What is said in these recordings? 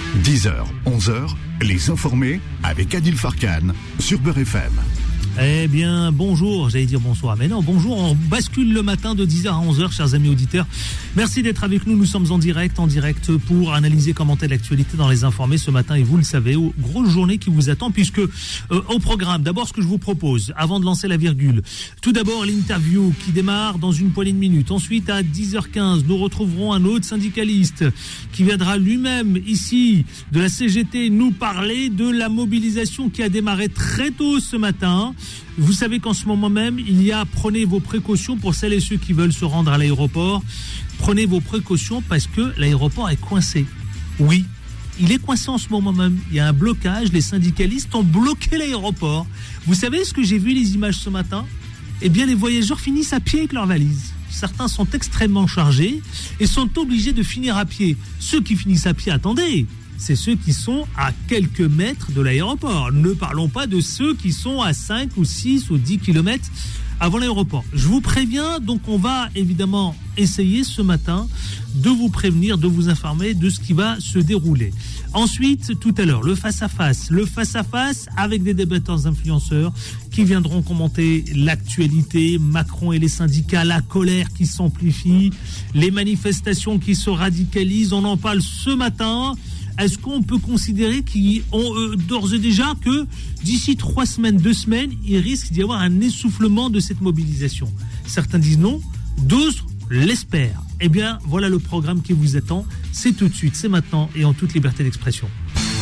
10h, 11h, les informés avec Adil Farkan sur Beurre FM. Eh bien, bonjour, j'allais dire bonsoir, mais non, bonjour, on bascule le matin de 10h à 11h, chers amis auditeurs. Merci d'être avec nous, nous sommes en direct pour analyser, commenter l'actualité dans les informés ce matin, et vous le savez, grosse journée qui vous attend, puisque au programme, d'abord ce que je vous propose, avant de lancer la virgule, tout d'abord l'interview qui démarre dans une poignée de minutes. Ensuite, à 10h15, nous retrouverons un autre syndicaliste qui viendra lui-même ici de la CGT nous parler de la mobilisation qui a démarré très tôt ce matin. Vous savez qu'en ce moment même, prenez vos précautions pour celles et ceux qui veulent se rendre à l'aéroport. Prenez vos précautions parce que l'aéroport est coincé. Oui, il est coincé en ce moment même. Il y a un blocage, les syndicalistes ont bloqué l'aéroport. Vous savez ce que j'ai vu les images ce matin ? Eh bien, les voyageurs finissent à pied avec leurs valises. Certains sont extrêmement chargés et sont obligés de finir à pied. Ceux qui finissent à pied, attendez, c'est ceux qui sont à quelques mètres de l'aéroport. Ne parlons pas de ceux qui sont à 5 ou 6 ou 10 kilomètres avant l'aéroport. Je vous préviens, donc on va évidemment essayer ce matin de vous prévenir, de vous informer de ce qui va se dérouler. Ensuite, tout à l'heure, le face-à-face avec des débatteurs influenceurs qui viendront commenter l'actualité, Macron et les syndicats, la colère qui s'amplifie, les manifestations qui se radicalisent, on en parle ce matin. Est-ce qu'on peut considérer qu'ils ont d'ores et déjà que d'ici 2 semaines, il risque d'y avoir un essoufflement de cette mobilisation? Certains disent non, d'autres l'espèrent. Eh bien, voilà le programme qui vous attend. C'est tout de suite, c'est maintenant et en toute liberté d'expression.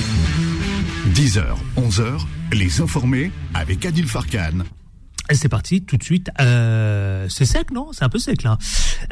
10h, 11h, les informés avec Adil Farkan. Et c'est parti, tout de suite. C'est sec, non ? C'est un peu sec, là.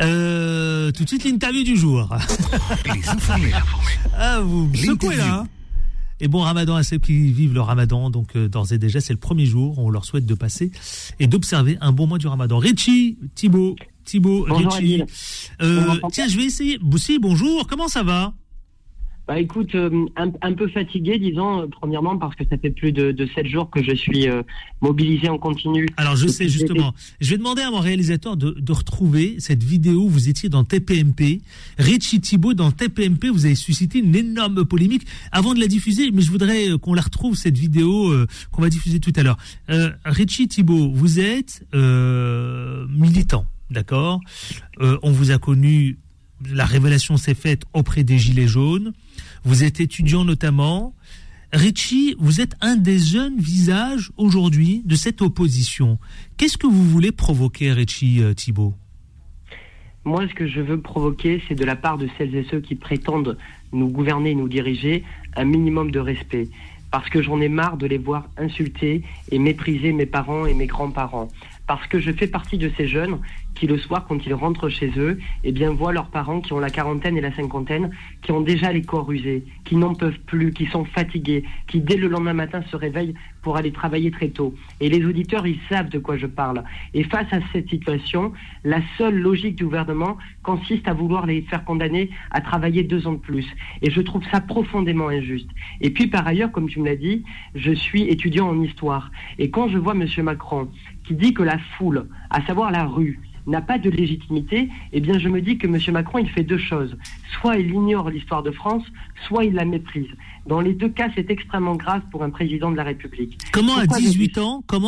Tout de suite, l'interview du jour. Les informés. Ah, vous me secouez, là. Hein ? Et bon ramadan à ceux qui vivent le ramadan. Donc, d'ores et déjà, c'est le premier jour. On leur souhaite de passer et d'observer un bon mois du ramadan. Richie, Thibaut, bonjour, Richie. Tiens, je vais essayer. Boussi, bonjour, comment ça va ? Bah écoute, un peu fatigué, disons, premièrement parce que ça fait plus de 7 jours que je suis mobilisé en continu. Alors je sais justement, je vais demander à mon réalisateur de retrouver cette vidéo où vous étiez dans TPMP. Richie Thibaut dans TPMP, vous avez suscité une énorme polémique. Avant de la diffuser, mais je voudrais qu'on la retrouve, cette vidéo qu'on va diffuser tout à l'heure. Richie Thibaut, vous êtes militant, d'accord ? On vous a connu... La révélation s'est faite auprès des Gilets jaunes. Vous êtes étudiant notamment. Richie, vous êtes un des jeunes visages aujourd'hui de cette opposition. Qu'est-ce que vous voulez provoquer, Richie Thibaut ? Moi, ce que je veux provoquer, c'est de la part de celles et ceux qui prétendent nous gouverner, nous diriger, un minimum de respect. Parce que j'en ai marre de les voir insulter et mépriser mes parents et mes grands-parents. Parce que je fais partie de ces jeunes qui, le soir, quand ils rentrent chez eux, eh bien, voient leurs parents qui ont la quarantaine et la cinquantaine, qui ont déjà les corps usés, qui n'en peuvent plus, qui sont fatigués, qui, dès le lendemain matin, se réveillent pour aller travailler très tôt. Et les auditeurs, ils savent de quoi je parle. Et face à cette situation, la seule logique du gouvernement consiste à vouloir les faire condamner à travailler 2 ans de plus. Et je trouve ça profondément injuste. Et puis, par ailleurs, comme tu me l'as dit, je suis étudiant en histoire. Et quand je vois M. Macron qui dit que la foule, à savoir la rue, n'a pas de légitimité, eh bien je me dis que M. Macron, il fait 2 choses. Soit il ignore l'histoire de France, soit il la méprise. Dans les 2 cas, c'est extrêmement grave pour un président de la République. Comment à 18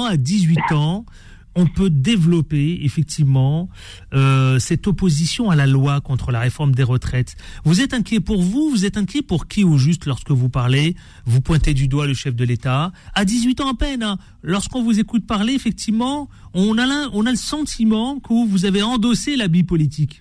ans, on peut développer effectivement cette opposition à la loi contre la réforme des retraites? Vous êtes inquiet pour vous? Vous êtes inquiet pour qui au juste lorsque vous parlez? Vous pointez du doigt le chef de l'État. À 18 ans à peine, hein, lorsqu'on vous écoute parler, effectivement, on a le sentiment que vous avez endossé l'habit politique.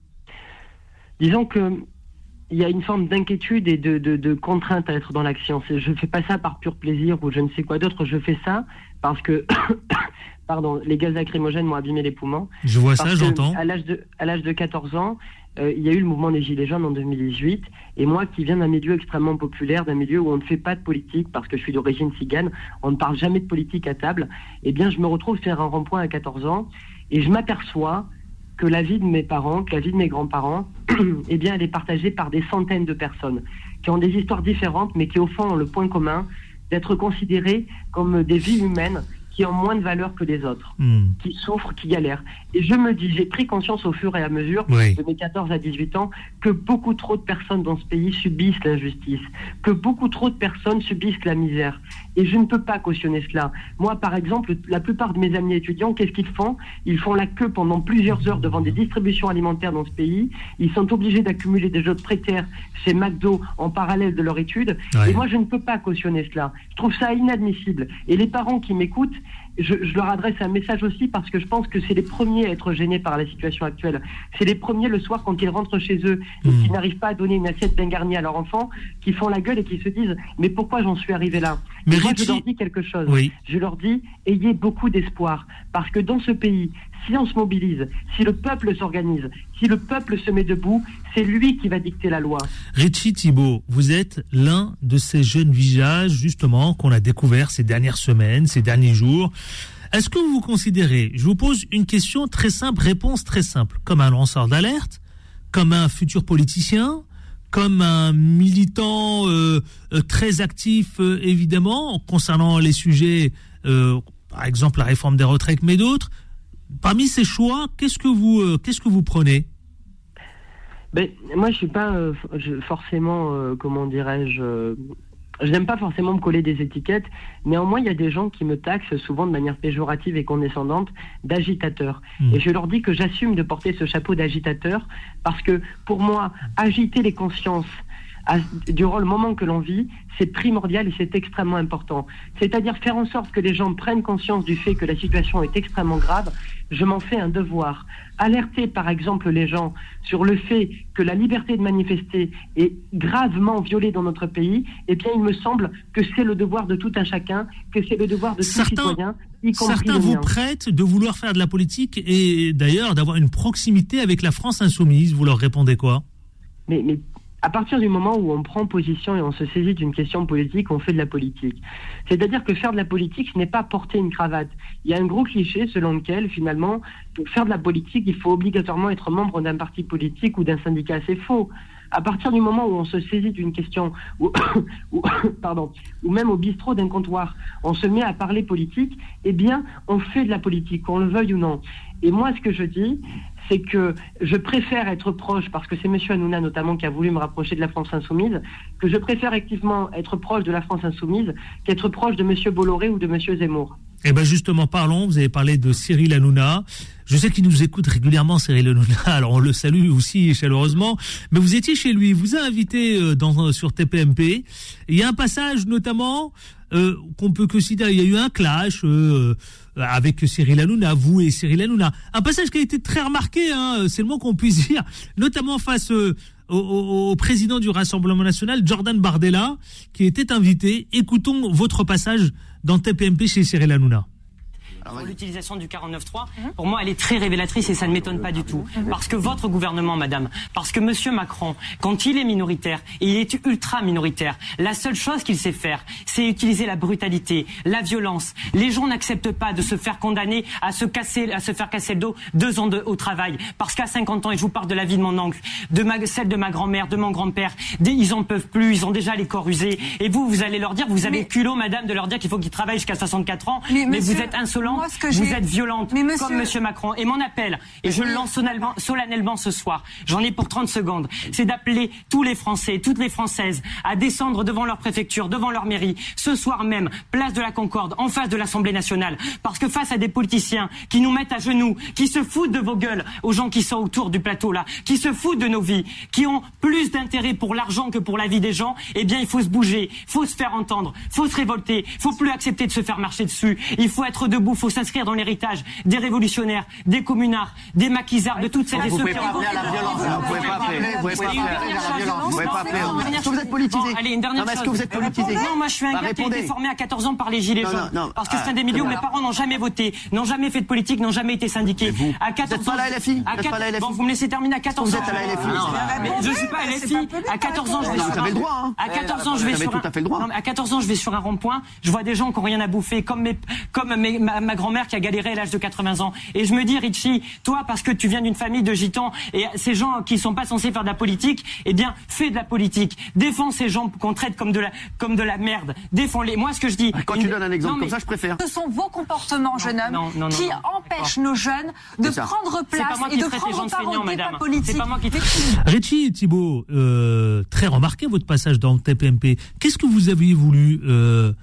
Disons que il y a une forme d'inquiétude et de contrainte à être dans l'action. Je ne fais pas ça par pur plaisir ou je ne sais quoi d'autre. Je fais ça parce que... Pardon, les gaz lacrymogènes m'ont abîmé les poumons. Je vois ça, j'entends. À l'âge de 14 ans, il y a eu le mouvement des Gilets jaunes en 2018. Et moi, qui viens d'un milieu extrêmement populaire, d'un milieu où on ne fait pas de politique, parce que je suis d'origine tzigane, on ne parle jamais de politique à table, eh bien, je me retrouve faire un rond-point à 14 ans et je m'aperçois que la vie de mes parents, que la vie de mes grands-parents, eh bien, elle est partagée par des centaines de personnes qui ont des histoires différentes, mais qui, au fond, ont le point commun d'être considérées comme des vies humaines qui ont moins de valeur que les autres, qui souffrent, qui galèrent. Et je me dis, j'ai pris conscience au fur et à mesure de mes 14 à 18 ans que beaucoup trop de personnes dans ce pays subissent l'injustice, que beaucoup trop de personnes subissent la misère. Et je ne peux pas cautionner cela. Moi, par exemple, la plupart de mes amis étudiants, qu'est-ce qu'ils font? Ils font la queue pendant plusieurs heures devant des distributions alimentaires dans ce pays. Ils sont obligés d'accumuler des jobs précaires chez McDo en parallèle de leur étude. Et moi, je ne peux pas cautionner cela. Je trouve ça inadmissible. Et les parents qui m'écoutent, je leur adresse un message aussi parce que je pense que c'est les premiers à être gênés par la situation actuelle. C'est les premiers le soir quand ils rentrent chez eux et qu'ils n'arrivent pas à donner une assiette bien garnie à leur enfant, qui font la gueule et qui se disent « mais pourquoi j'en suis arrivé là ?» Mais moi, je leur dis quelque chose. Je leur dis « ayez beaucoup d'espoir parce que dans ce pays, si on se mobilise, si le peuple s'organise, si le peuple se met debout, c'est lui qui va dicter la loi. » Ritchie Thibault, vous êtes l'un de ces jeunes visages, justement, qu'on a découvert ces dernières semaines, ces derniers jours. Est-ce que vous vous considérez, je vous pose une question très simple, réponse très simple, comme un lanceur d'alerte, comme un futur politicien, comme un militant très actif, évidemment, concernant les sujets, par exemple la réforme des retraites, mais d'autres. Parmi ces choix, qu'est-ce que vous prenez? Moi, je suis pas forcément, comment dirais-je, je n'aime pas forcément me coller des étiquettes. Néanmoins, il y a des gens qui me taxent souvent de manière péjorative et condescendante d'agitateur. Et je leur dis que j'assume de porter ce chapeau d'agitateur parce que, pour moi, agiter les consciences durant le moment que l'on vit, c'est primordial et c'est extrêmement important. C'est-à-dire faire en sorte que les gens prennent conscience du fait que la situation est extrêmement grave. Je m'en fais un devoir. Alerter, par exemple, les gens sur le fait que la liberté de manifester est gravement violée dans notre pays, eh bien, il me semble que c'est le devoir de tout un chacun, que c'est le devoir de tout citoyen, y compris certains vous prêtent de vouloir faire de la politique et d'ailleurs d'avoir une proximité avec la France insoumise. Vous leur répondez quoi? Mais à partir du moment où on prend position et on se saisit d'une question politique, on fait de la politique. C'est-à-dire que faire de la politique, ce n'est pas porter une cravate. Il y a un gros cliché selon lequel, finalement, pour faire de la politique, il faut obligatoirement être membre d'un parti politique ou d'un syndicat. C'est faux. À partir du moment où on se saisit d'une question, ou même au bistrot d'un comptoir, on se met à parler politique, eh bien, on fait de la politique, qu'on le veuille ou non. Et moi, ce que je dis, c'est que je préfère être proche, parce que c'est M. Hanouna notamment qui a voulu me rapprocher de la France Insoumise, que je préfère activement être proche de la France Insoumise qu'être proche de M. Bolloré ou de M. Zemmour. Eh bien justement, parlons, vous avez parlé de Cyril Hanouna. Je sais qu'il nous écoute régulièrement, Cyril Hanouna, alors on le salue aussi chaleureusement. Mais vous étiez chez lui, vous a invité sur TPMP. Il y a un passage notamment qu'on peut que citer, il y a eu un clash avec Cyril Hanouna, vous et Cyril Hanouna. Un passage qui a été très remarqué, c'est le mot qu'on puisse dire, notamment face au président du Rassemblement National, Jordan Bardella, qui était invité. Écoutons votre passage dans TPMP chez Cyril Hanouna. L'utilisation du 49.3, pour moi, elle est très révélatrice et ça ne m'étonne pas du tout. Parce que votre gouvernement, madame, parce que monsieur Macron, quand il est minoritaire, et il est ultra minoritaire, la seule chose qu'il sait faire, c'est utiliser la brutalité, la violence. Les gens n'acceptent pas de se faire condamner à se faire casser le dos 2 ans au travail. Parce qu'à 50 ans, et je vous parle de la vie de mon oncle, celle de ma grand-mère, de mon grand-père, ils en peuvent plus, ils ont déjà les corps usés. Et vous allez leur dire, vous avez le culot, madame, de leur dire qu'il faut qu'ils travaillent jusqu'à 64 ans, mais vous êtes insolent. Vous êtes violente, comme monsieur Macron. Et mon appel, et je le lance solennellement ce soir, j'en ai pour 30 secondes, c'est d'appeler tous les Français, toutes les Françaises, à descendre devant leur préfecture, devant leur mairie, ce soir même, place de la Concorde, en face de l'Assemblée nationale. Parce que face à des politiciens qui nous mettent à genoux, qui se foutent de vos gueules, aux gens qui sont autour du plateau là, qui se foutent de nos vies, qui ont plus d'intérêt pour l'argent que pour la vie des gens, eh bien il faut se bouger, il faut se faire entendre, il faut se révolter, il ne faut plus accepter de se faire marcher dessus, il faut être debout, il faut s'inscrire dans l'héritage des révolutionnaires, des communards, des maquisards, de toutes celles et ceux qui... Vous pouvez pas appeler à la violence. Vous pouvez pas appeler à la violence. Vous pouvez pas appeler. Est-ce que vous êtes politisé? Allez, une dernière chose. Est-ce que vous êtes politisé? Non, moi je suis un gars qui a été formé à 14 ans par les Gilets jaunes. Parce que c'est un des milieux où mes parents n'ont jamais voté, n'ont jamais fait de politique, n'ont jamais été syndiqués. À 14 ans... Vous êtes pas à la LFI? Bon, vous me laissez terminer à 14 ans. Vous êtes à la LFI? Je suis pas à LFI. À 14 ans, je vais sur un... Vous avez le droit, hein? À 14 ans, je vais sur un... tout à fait le droit. À 14 ans, je vais sur un rond-point. Je vois des gens qui n'ont rien à bouffer, comme ma grand-mère qui a galéré à l'âge de 80 ans. Et je me dis, Richie, toi, parce que tu viens d'une famille de gitans et ces gens qui sont pas censés faire de la politique, eh bien, fais de la politique. Défends ces gens qu'on traite comme de la merde. Défends-les. Moi, ce que je dis... Quand tu donnes un exemple comme ça, je préfère. Ce sont vos comportements, jeune homme, qui empêchent nos jeunes de prendre place et de prendre part au débat politique. C'est pas moi qui Richie Thibault, très remarqué votre passage dans TPMP. Qu'est-ce que vous avez voulu faire ?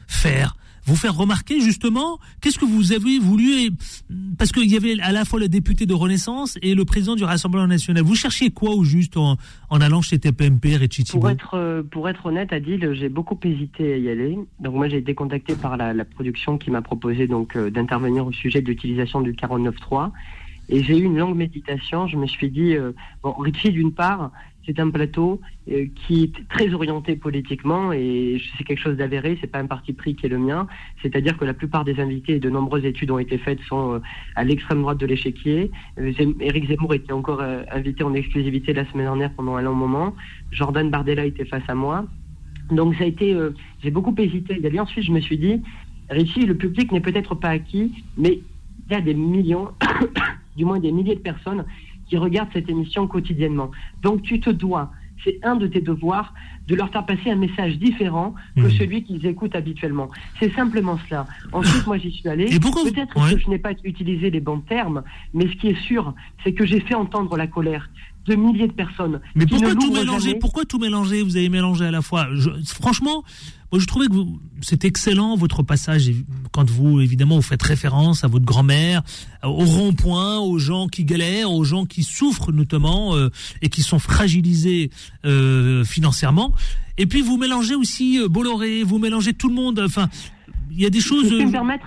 Vous faire remarquer justement, qu'est-ce que vous avez voulu, parce qu'il y avait à la fois le député de Renaissance et le président du Rassemblement National. Vous cherchiez quoi au juste en allant chez TPMP, Richie Thibault ? Pour être honnête, Adil, j'ai beaucoup hésité à y aller. Donc moi j'ai été contacté par la production qui m'a proposé donc d'intervenir au sujet de l'utilisation du 49.3. Et j'ai eu une longue méditation. Je me suis dit, Richie, d'une part, c'est un plateau qui est très orienté politiquement et c'est quelque chose d'avéré, c'est pas un parti pris qui est le mien. C'est-à-dire que la plupart des invités et de nombreuses études ont été faites sont à l'extrême droite de l'échiquier. Éric Zemmour était encore invité en exclusivité la semaine dernière pendant un long moment. Jordan Bardella était face à moi. Donc ça a été, j'ai beaucoup hésité d'y aller. Ensuite, je me suis dit, Richie, le public n'est peut-être pas acquis, mais il y a des millions, du moins des milliers de personnes qui regardent cette émission quotidiennement. Donc tu te dois, c'est un de tes devoirs, de leur faire passer un message différent que celui qu'ils écoutent habituellement. C'est simplement cela. Ensuite, moi j'y suis allé. Peut-être que je n'ai pas utilisé les bons termes, mais ce qui est sûr, c'est que j'ai fait entendre la colère de milliers de personnes. Mais pourquoi tout mélanger ? Pourquoi tout mélanger ? Vous avez mélangé à la fois. Franchement, moi je trouvais que c'est excellent votre passage quand vous, évidemment, vous faites référence à votre grand-mère, au rond-point, aux gens qui galèrent, aux gens qui souffrent notamment et qui sont fragilisés financièrement. Et puis vous mélangez aussi Bolloré, vous mélangez tout le monde. Enfin, il y a des choses... Si je peux me permettre,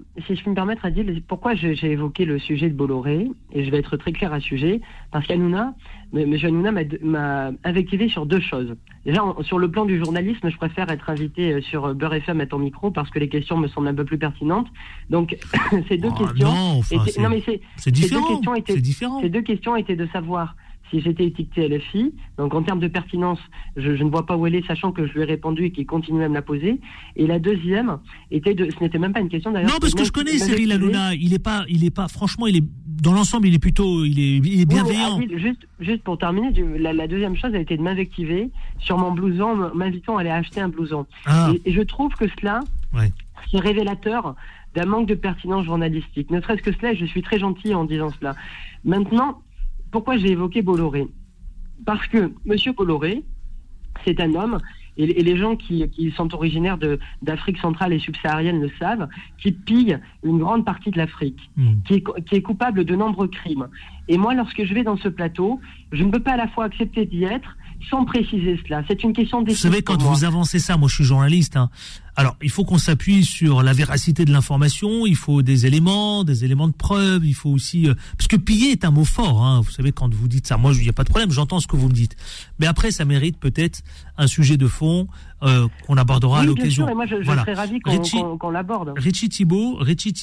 Adil, pourquoi j'ai évoqué le sujet de Bolloré, et je vais être très clair à ce sujet, parce qu'Hanouna, M. Hanouna m'a invectivé sur deux choses. Déjà, sur le plan du journalisme, je préfère être invité sur Beurre FM à ton micro, parce que les questions me semblent un peu plus pertinentes. Donc, ces deux questions... c'est différent. Ces deux questions étaient de savoir si j'étais étiqueté LFI, donc en termes de pertinence, je ne vois pas où elle est, sachant que je lui ai répondu et qu'il continue à me la poser. Et la deuxième était ce n'était même pas une question d'ailleurs. Non, parce que je connais Cyril Hanouna, il est pas, franchement, dans l'ensemble, il est bienveillant. Oui, juste pour terminer, la deuxième chose a été de m'invectiver sur mon blouson, m'invitant à aller acheter un blouson. Et je trouve que cela, c'est révélateur d'un manque de pertinence journalistique. Ne serait-ce que cela, je suis très gentil en disant cela. Maintenant, pourquoi j'ai évoqué Bolloré ? Parce que M. Bolloré, c'est un homme, et les gens qui sont originaires d'Afrique centrale et subsaharienne le savent, qui pille une grande partie de l'Afrique, qui est coupable de nombreux crimes. Et moi, lorsque je vais dans ce plateau, je ne peux pas à la fois accepter d'y être sans préciser cela. C'est une question d'éthique. Vous savez, quand vous avancez ça, moi je suis journaliste, alors il faut qu'on s'appuie sur la véracité de l'information, il faut des éléments de preuve, il faut aussi... parce que piller est un mot fort, vous savez, quand vous dites ça, moi il n'y a pas de problème, j'entends ce que vous me dites. Mais après, ça mérite peut-être un sujet de fond qu'on abordera à l'occasion. Bien sûr, et moi je serais ravi qu'on l'aborde. Richie Thibault,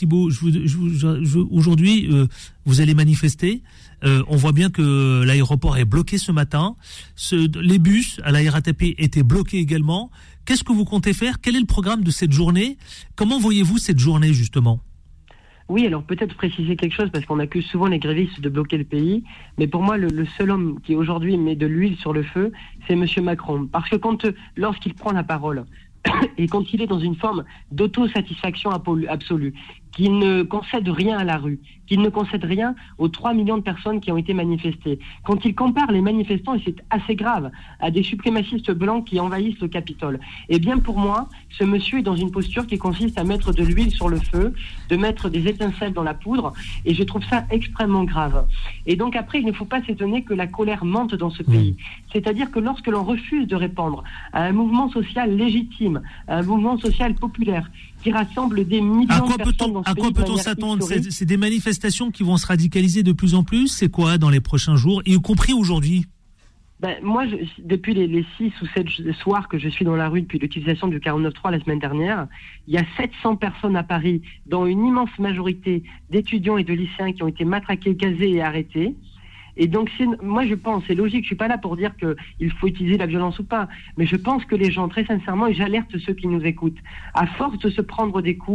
aujourd'hui, vous allez manifester. On voit bien que l'aéroport est bloqué ce matin. Les bus à la RATP étaient bloqués également. Qu'est-ce que vous comptez faire ? Quel est le programme de cette journée ? Comment voyez-vous cette journée, justement ? Oui, alors peut-être préciser quelque chose, parce qu'on accuse souvent les grévistes de bloquer le pays. Mais pour moi, le seul homme qui aujourd'hui met de l'huile sur le feu, c'est M. Macron. Parce que lorsqu'il prend la parole, et quand il est dans une forme d'autosatisfaction absolue, qu'il ne concède rien à la rue, qu'il ne concède rien aux 3 millions de personnes qui ont été manifestées, quand il compare les manifestants, et c'est assez grave, à des suprémacistes blancs qui envahissent le Capitole, eh bien pour moi, ce monsieur est dans une posture qui consiste à mettre de l'huile sur le feu, de mettre des étincelles dans la poudre, et je trouve ça extrêmement grave. Et donc après, il ne faut pas s'étonner que la colère monte dans ce pays. C'est-à-dire que lorsque l'on refuse de répondre à un mouvement social légitime, à un mouvement social populaire, qui rassemble des millions de personnes dans ce pays. À quoi peut-on s'attendre ? C'est des manifestations qui vont se radicaliser de plus en plus ? C'est quoi dans les prochains jours, y compris aujourd'hui ? Moi, depuis les 6 ou 7 soirs que je suis dans la rue depuis l'utilisation du 49.3 la semaine dernière, il y a 700 personnes à Paris, dont une immense majorité d'étudiants et de lycéens qui ont été matraqués, gazés et arrêtés. Et donc, moi je pense, c'est logique, je suis pas là pour dire qu'il faut utiliser la violence ou pas, mais je pense que les gens, très sincèrement, et j'alerte ceux qui nous écoutent, à force de se prendre des coups,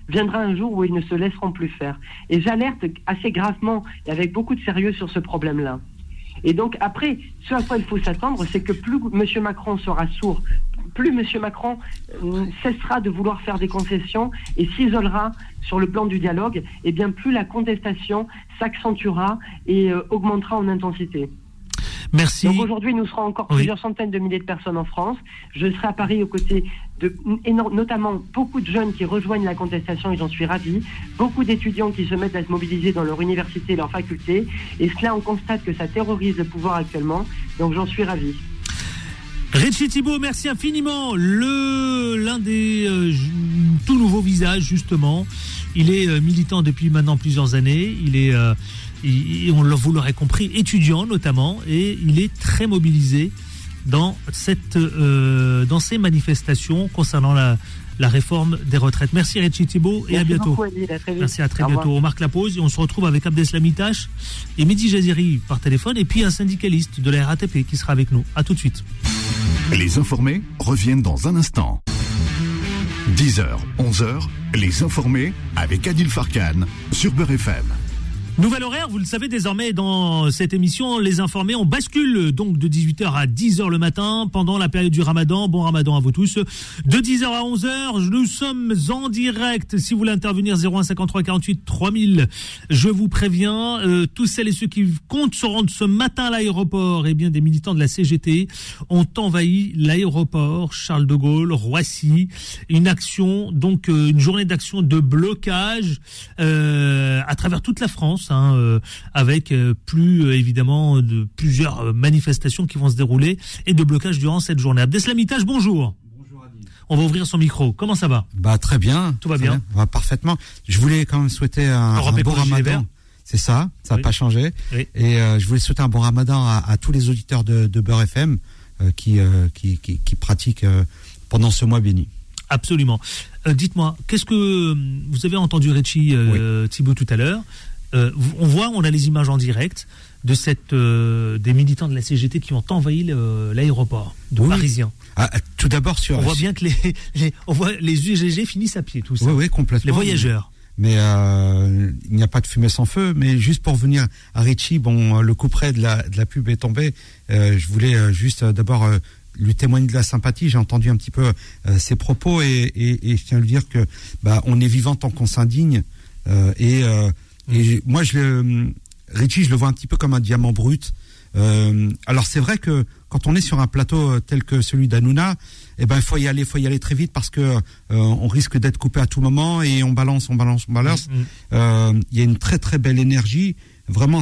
viendra un jour où ils ne se laisseront plus faire. Et j'alerte assez gravement et avec beaucoup de sérieux sur ce problème-là. Et donc après, ce à quoi il faut s'attendre, c'est que plus M. Macron sera sourd, plus M. Macron cessera de vouloir faire des concessions et s'isolera sur le plan du dialogue, et bien plus la contestation s'accentuera et augmentera en intensité. Merci. Donc aujourd'hui, nous serons encore plusieurs centaines de milliers de personnes en France. Je serai à Paris aux côtés de notamment beaucoup de jeunes qui rejoignent la contestation et j'en suis ravi. Beaucoup d'étudiants qui se mettent à se mobiliser dans leur université et leur faculté. Et cela, on constate que ça terrorise le pouvoir actuellement. Donc j'en suis ravi. Richie Thibault, merci infiniment. L'un des tout nouveaux visages, justement. Il est militant depuis maintenant plusieurs années. Il est, vous l'aurez compris, étudiant notamment. Et il est très mobilisé dans ces manifestations concernant la réforme des retraites. Merci Richie Thibault et à bientôt. Beaucoup, Adil, à très vite. Merci, à très bientôt. On marque la pause et on se retrouve avec Abdeslam Itache et Mehdi Jaziri par téléphone et puis un syndicaliste de la RATP qui sera avec nous. À tout de suite. Les informés reviennent dans un instant. 10h, 11h, les informés avec Adil Farkan sur Beurre FM. Nouvel horaire, vous le savez désormais dans cette émission, les informés, on bascule donc de 18h à 10h le matin pendant la période du Ramadan. Bon Ramadan à vous tous. De 10h à 11h, nous sommes en direct. Si vous voulez intervenir, 01 53 48 3000. Je vous préviens, tous celles et ceux qui comptent se rendre ce matin à l'aéroport, eh bien des militants de la CGT ont envahi l'aéroport Charles de Gaulle, Roissy. Une action, donc une journée d'action de blocage à travers toute la France. Avec évidemment de plusieurs manifestations qui vont se dérouler et de blocage durant cette journée. Abdeslam Itache, bonjour. Bonjour Adil. On va ouvrir son micro. Comment ça va ? Très bien. Tout va bien. Parfaitement. Je voulais quand même souhaiter un bon Ramadan. C'est ça n'a pas changé. Oui. Et je voulais souhaiter un bon Ramadan à tous les auditeurs de Beurre FM qui pratiquent pendant ce mois béni. Absolument. Dites-moi, qu'est-ce que vous avez entendu Richie Thibault tout à l'heure ? On a les images en direct de des militants de la CGT qui ont envahi l'aéroport Parisien. Tout d'abord on voit bien que on voit les UGG finissent à pied, tout ça. Oui, complètement. Les voyageurs. Mais il n'y a pas de fumée sans feu. Mais juste pour venir à Richie, le coup près de la pub est tombé. Je voulais juste d'abord lui témoigner de la sympathie. J'ai entendu un petit peu ses propos et je tiens à lui dire que on est vivant tant qu'on s'indigne et moi, Richie, je le vois un petit peu comme un diamant brut. Alors, c'est vrai que quand on est sur un plateau tel que celui d'Hanouna, il faut y aller très vite parce que on risque d'être coupé à tout moment et on balance. Il y a une très très belle énergie. Vraiment,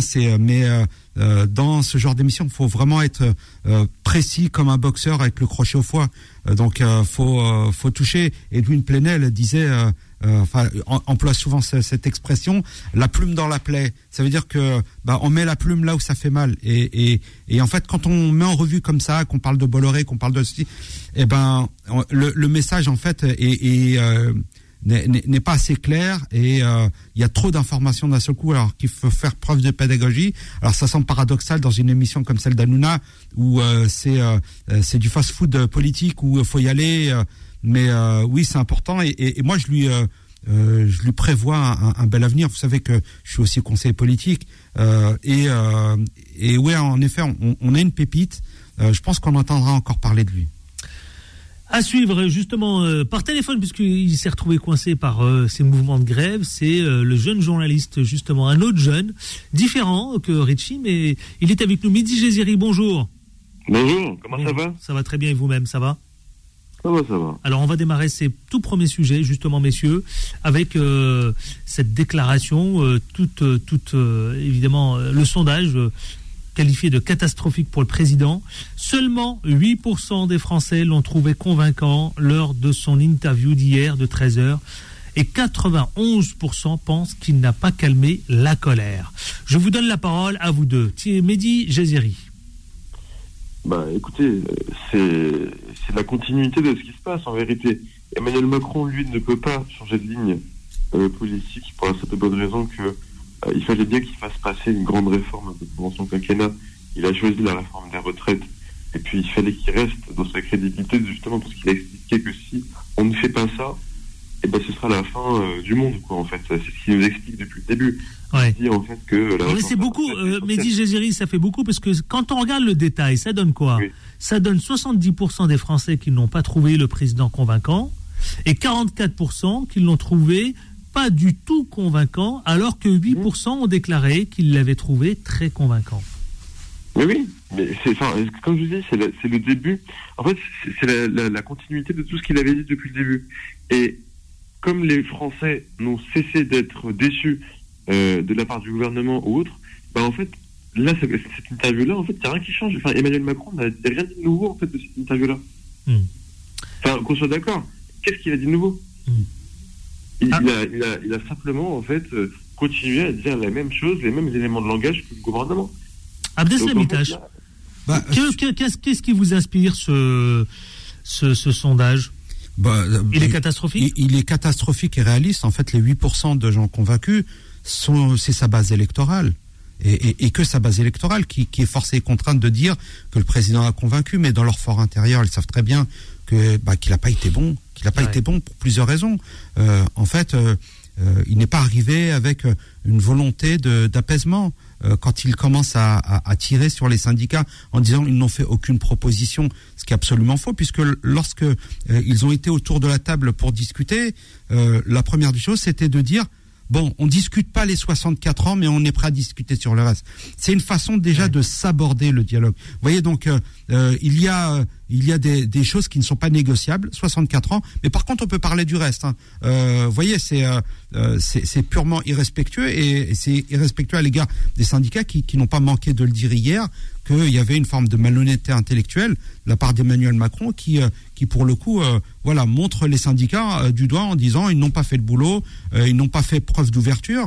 dans ce genre d'émission, il faut vraiment être précis comme un boxeur avec le crochet au foie. Donc, faut toucher. Edwin Plenel disait, emploie souvent cette expression, la plume dans la plaie. Ça veut dire que on met la plume là où ça fait mal. Et en fait, quand on met en revue comme ça, qu'on parle de Bolloré, qu'on parle de ceci, le message en fait n'est pas assez clair et il y a trop d'informations d'un seul coup alors qu'il faut faire preuve de pédagogie. Alors ça semble paradoxal dans une émission comme celle d'Hanouna où c'est du fast-food politique où il faut y aller mais oui c'est important et moi je lui prévois un bel avenir. Vous savez que je suis aussi conseiller politique et ouais en effet on a une pépite. Je pense qu'on entendra encore parler de lui. À suivre justement par téléphone puisqu'il s'est retrouvé coincé par ces mouvements de grève, c'est le jeune journaliste justement, un autre jeune, différent que Richie, mais il est avec nous. Mehdi Jaziri, bonjour. Bonjour, comment ça va ? Ça va très bien et vous-même, ça va ? Ça va. Alors on va démarrer ces tout premiers sujets justement messieurs avec cette déclaration, évidemment le sondage qualifié de catastrophique pour le président. Seulement 8% des Français l'ont trouvé convaincant lors de son interview d'hier de 13h et 91% pensent qu'il n'a pas calmé la colère. Je vous donne la parole à vous deux. Mehdi Jaziri. Écoutez, c'est la continuité de ce qui se passe en vérité. Emmanuel Macron, lui, ne peut pas changer de ligne politique pour la simple bonne raison que il fallait bien qu'il fasse passer une grande réforme pendant son quinquennat. Il a choisi la réforme des retraites. Et puis, il fallait qu'il reste dans sa crédibilité, justement, parce qu'il a expliqué que si on ne fait pas ça, et ben ce sera la fin du monde, quoi, en fait. C'est ce qui nous explique depuis le début. Ouais. On dit, en fait, que mais c'est beaucoup, Mehdi Jaziri, ça fait beaucoup, parce que quand on regarde le détail, ça donne quoi? Oui. Ça donne 70% des Français qui n'ont pas trouvé le président convaincant, et 44% qui l'ont trouvé pas du tout convaincant, alors que 8% ont déclaré qu'ils l'avaient trouvé très convaincant. Mais oui, mais comme je vous dis, c'est le début. En fait, c'est la continuité de tout ce qu'il avait dit depuis le début. Et comme les Français n'ont cessé d'être déçus de la part du gouvernement ou autre, bah en fait, là, cette interview-là, en fait, il n'y a rien qui change. Enfin, Emmanuel Macron n'a rien dit de nouveau, en fait, de cette interview-là. Enfin, qu'on soit d'accord, qu'est-ce qu'il a dit de nouveau? Il a simplement, en fait, continué à dire la même chose, les mêmes éléments de langage que le gouvernement. Abdeslam Itache, qu'est-ce qui vous inspire ce sondage? Il est catastrophique. Il est catastrophique et réaliste. En fait, les 8% de gens convaincus, c'est sa base électorale. Et que sa base électorale qui est forcée et contrainte de dire que le président a convaincu, mais dans leur fort intérieur, ils savent très bien qu'il n'a pas été bon. Qu'il n'a pas été bon pour plusieurs raisons. En fait, il n'est pas arrivé avec une volonté d'apaisement. Quand il commence à tirer sur les syndicats en disant ils n'ont fait aucune proposition, ce qui est absolument faux, puisque lorsque ils ont été autour de la table pour discuter, la première des choses, c'était de dire bon, on discute pas les 64 ans, mais on est prêt à discuter sur le reste. C'est une façon déjà de s'aborder le dialogue. Vous voyez, donc il y a des choses qui ne sont pas négociables, 64 ans, mais par contre on peut parler du reste. Vous voyez, c'est purement irrespectueux et c'est irrespectueux à l'égard des syndicats qui n'ont pas manqué de le dire hier, qu'il y avait une forme de malhonnêteté intellectuelle de la part d'Emmanuel Macron qui pour le coup montre les syndicats du doigt en disant ils n'ont pas fait le boulot, ils n'ont pas fait preuve d'ouverture.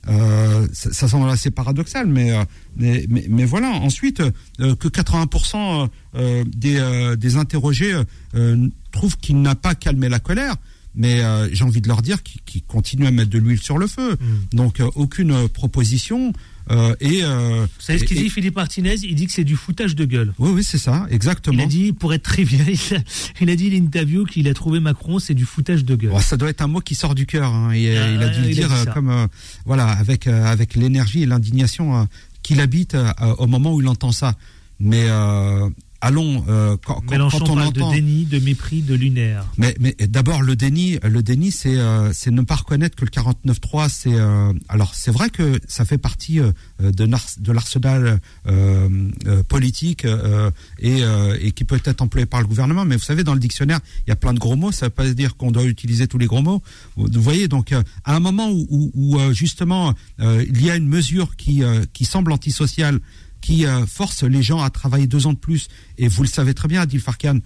Ça semble assez paradoxal, mais voilà. Ensuite, que 80% des interrogés trouvent qu'il n'a pas calmé la colère, mais j'ai envie de leur dire qu'ils continuent à mettre de l'huile sur le feu. Donc aucune proposition. Vous savez ce qu'il dit, Philippe Martinez? Il dit que c'est du foutage de gueule. Oui, c'est ça, exactement. Il a dit, pour être trivial, il a dit l'interview qu'il a trouvé Macron, c'est du foutage de gueule. Bon, ça doit être un mot qui sort du cœur. Hein, il a dû le dire comme avec l'énergie et l'indignation qu'il habite au moment où il entend ça. Mais allons, quand on entend de déni, de mépris, de lunaire. Mais d'abord le déni, c'est ne pas reconnaître que le 49.3, c'est alors c'est vrai que ça fait partie de l'arsenal politique et qui peut être employé par le gouvernement. Mais vous savez, dans le dictionnaire, il y a plein de gros mots. Ça ne veut pas dire qu'on doit utiliser tous les gros mots. Vous voyez, donc à un moment où justement il y a une mesure qui semble antisociale, qui force les gens à travailler 2 ans de plus. Et vous le savez très bien, Adil Farkan,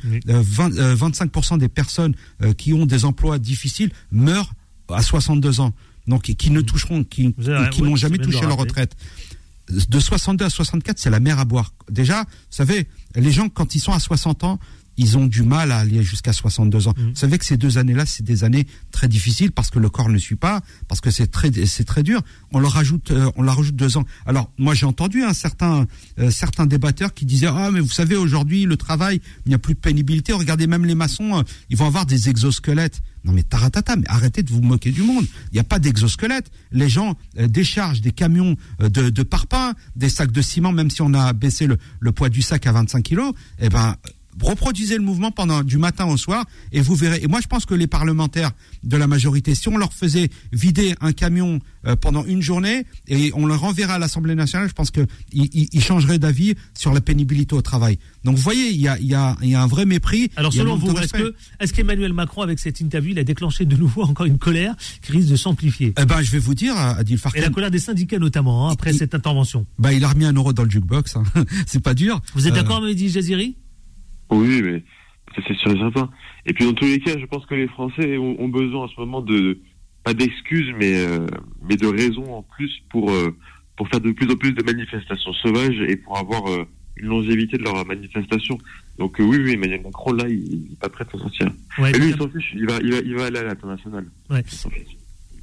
25% des personnes qui ont des emplois difficiles meurent à 62 ans. Donc, qui ne toucheront, qui n'ont jamais touché leur retraite. De 62 à 64, c'est la mer à boire. Déjà, vous savez, les gens, quand ils sont à 60 ans, ils ont du mal à aller jusqu'à 62 ans. Vous savez que ces 2 années-là, c'est des années très difficiles parce que le corps ne suit pas, parce que c'est très dur. On leur rajoute 2 ans. Alors, moi, j'ai entendu certains débatteurs qui disaient mais vous savez, aujourd'hui, le travail, il n'y a plus de pénibilité. Regardez, même les maçons, ils vont avoir des exosquelettes. Non mais taratata, mais arrêtez de vous moquer du monde. Il n'y a pas d'exosquelette. Les gens déchargent des camions de parpaings, des sacs de ciment, même si on a baissé le poids du sac à 25 kilos. Reproduisez le mouvement du matin au soir et vous verrez. Et moi, je pense que les parlementaires de la majorité, si on leur faisait vider un camion pendant une journée et on le renverrait à l'Assemblée nationale, je pense qu'ils changeraient d'avis sur la pénibilité au travail. Donc, vous voyez, il y a un vrai mépris. Alors, selon vous, est-ce qu'Emmanuel Macron, avec cette interview, il a déclenché de nouveau encore une colère qui risque de s'amplifier? Je vais vous dire, Adil Farkan. Et la colère des syndicats notamment, après cette intervention. Il a remis 1 euro dans le jukebox. Hein. C'est pas dur. Vous êtes d'accord, Mehdi Jaziri? Oui, mais c'est sûr et certain. Et puis dans tous les cas, je pense que les Français ont besoin en ce moment pas d'excuses, mais de raisons en plus pour faire de plus en plus de manifestations sauvages et pour avoir une longévité de leurs manifestations. Donc oui, Emmanuel Macron là, il n'est pas prêt à s'en sortir. Ouais, et lui, il s'en fiche. Il va aller à l'international. Ouais.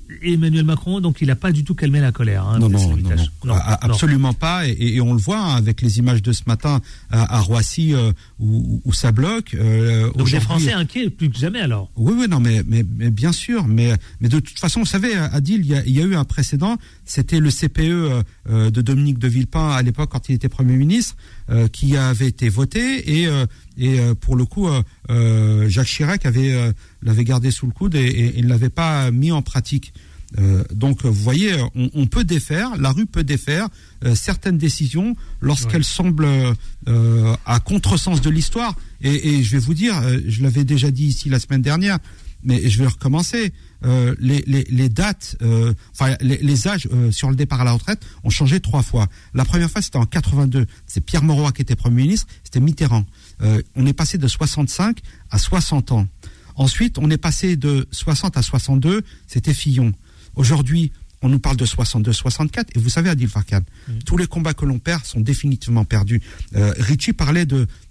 Emmanuel Macron, donc il n'a pas du tout calmé la colère. Hein, non, absolument pas. Et on le voit avec les images de ce matin à Roissy où ça bloque. Donc les Français inquiets plus que jamais alors. Oui, non, mais bien sûr. Mais de toute façon, vous savez, Adil, il y a eu un précédent. C'était le CPE de Dominique de Villepin à l'époque quand il était Premier ministre, qui avait été voté et pour le coup, Jacques Chirac l'avait gardé sous le coude et ne l'avait pas mis en pratique. Donc, vous voyez, on peut défaire, la rue peut défaire certaines décisions lorsqu'elles semblent à contresens de l'histoire. Et je vais vous dire, je l'avais déjà dit ici la semaine dernière, mais je vais recommencer. Les dates, les âges sur le départ à la retraite ont changé 3 fois. La première fois, c'était en 82. C'est Pierre Mauroy qui était Premier ministre, c'était Mitterrand. On est passé de 65 à 60 ans. Ensuite, on est passé de 60 à 62, c'était Fillon. Aujourd'hui, on nous parle de 62, 64, et vous savez, Adil Farkan, tous les combats que l'on perd sont définitivement perdus. Ritchie parlait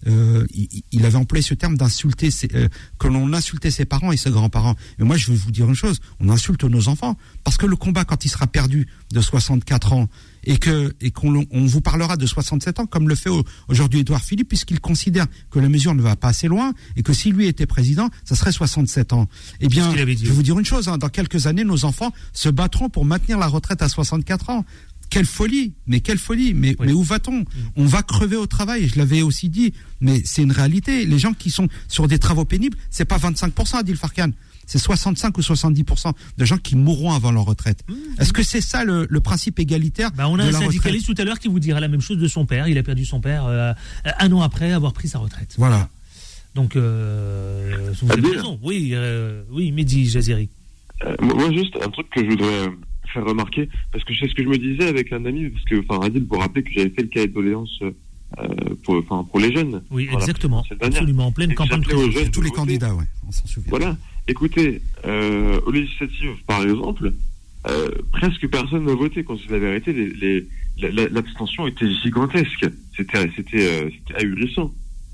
il avait employé ce terme d'insulter, que l'on insultait ses parents et ses grands-parents. Mais moi, je veux vous dire une chose, on insulte nos enfants, parce que le combat, quand il sera perdu de 64 ans, et qu'on vous parlera de 67 ans, comme le fait aujourd'hui Édouard Philippe, puisqu'il considère que la mesure ne va pas assez loin, et que si lui était président, ça serait 67 ans. Eh bien, je vais vous dire une chose, dans quelques années, nos enfants se battront pour maintenir la retraite à 64 ans. Quelle folie, mais où va-t-on ? On va crever au travail, je l'avais aussi dit, mais c'est une réalité. Les gens qui sont sur des travaux pénibles, c'est pas 25%, Adil Farkan. C'est 65 ou 70% de gens qui mourront avant leur retraite. Est-ce que c'est ça le principe égalitaire de la retraite ? On a un syndicaliste tout à l'heure qui vous dira la même chose de son père. Il a perdu son père un an après avoir pris sa retraite. Voilà. Donc, vous avez raison. Oui, Mehdi Jaziri. Moi, juste un truc que je voudrais faire remarquer, parce que c'est ce que je me disais avec un ami, parce que, Adil, pour rappeler que j'avais fait le cahier de doléances pour les jeunes. Oui, voilà, exactement. Absolument, en pleine campagne présidentielle. Tous les candidats, on s'en souvient. Voilà. Écoutez, aux législatives, par exemple, presque personne n'a voté. Quand c'est la vérité, l'abstention était gigantesque. C'était ahurissant.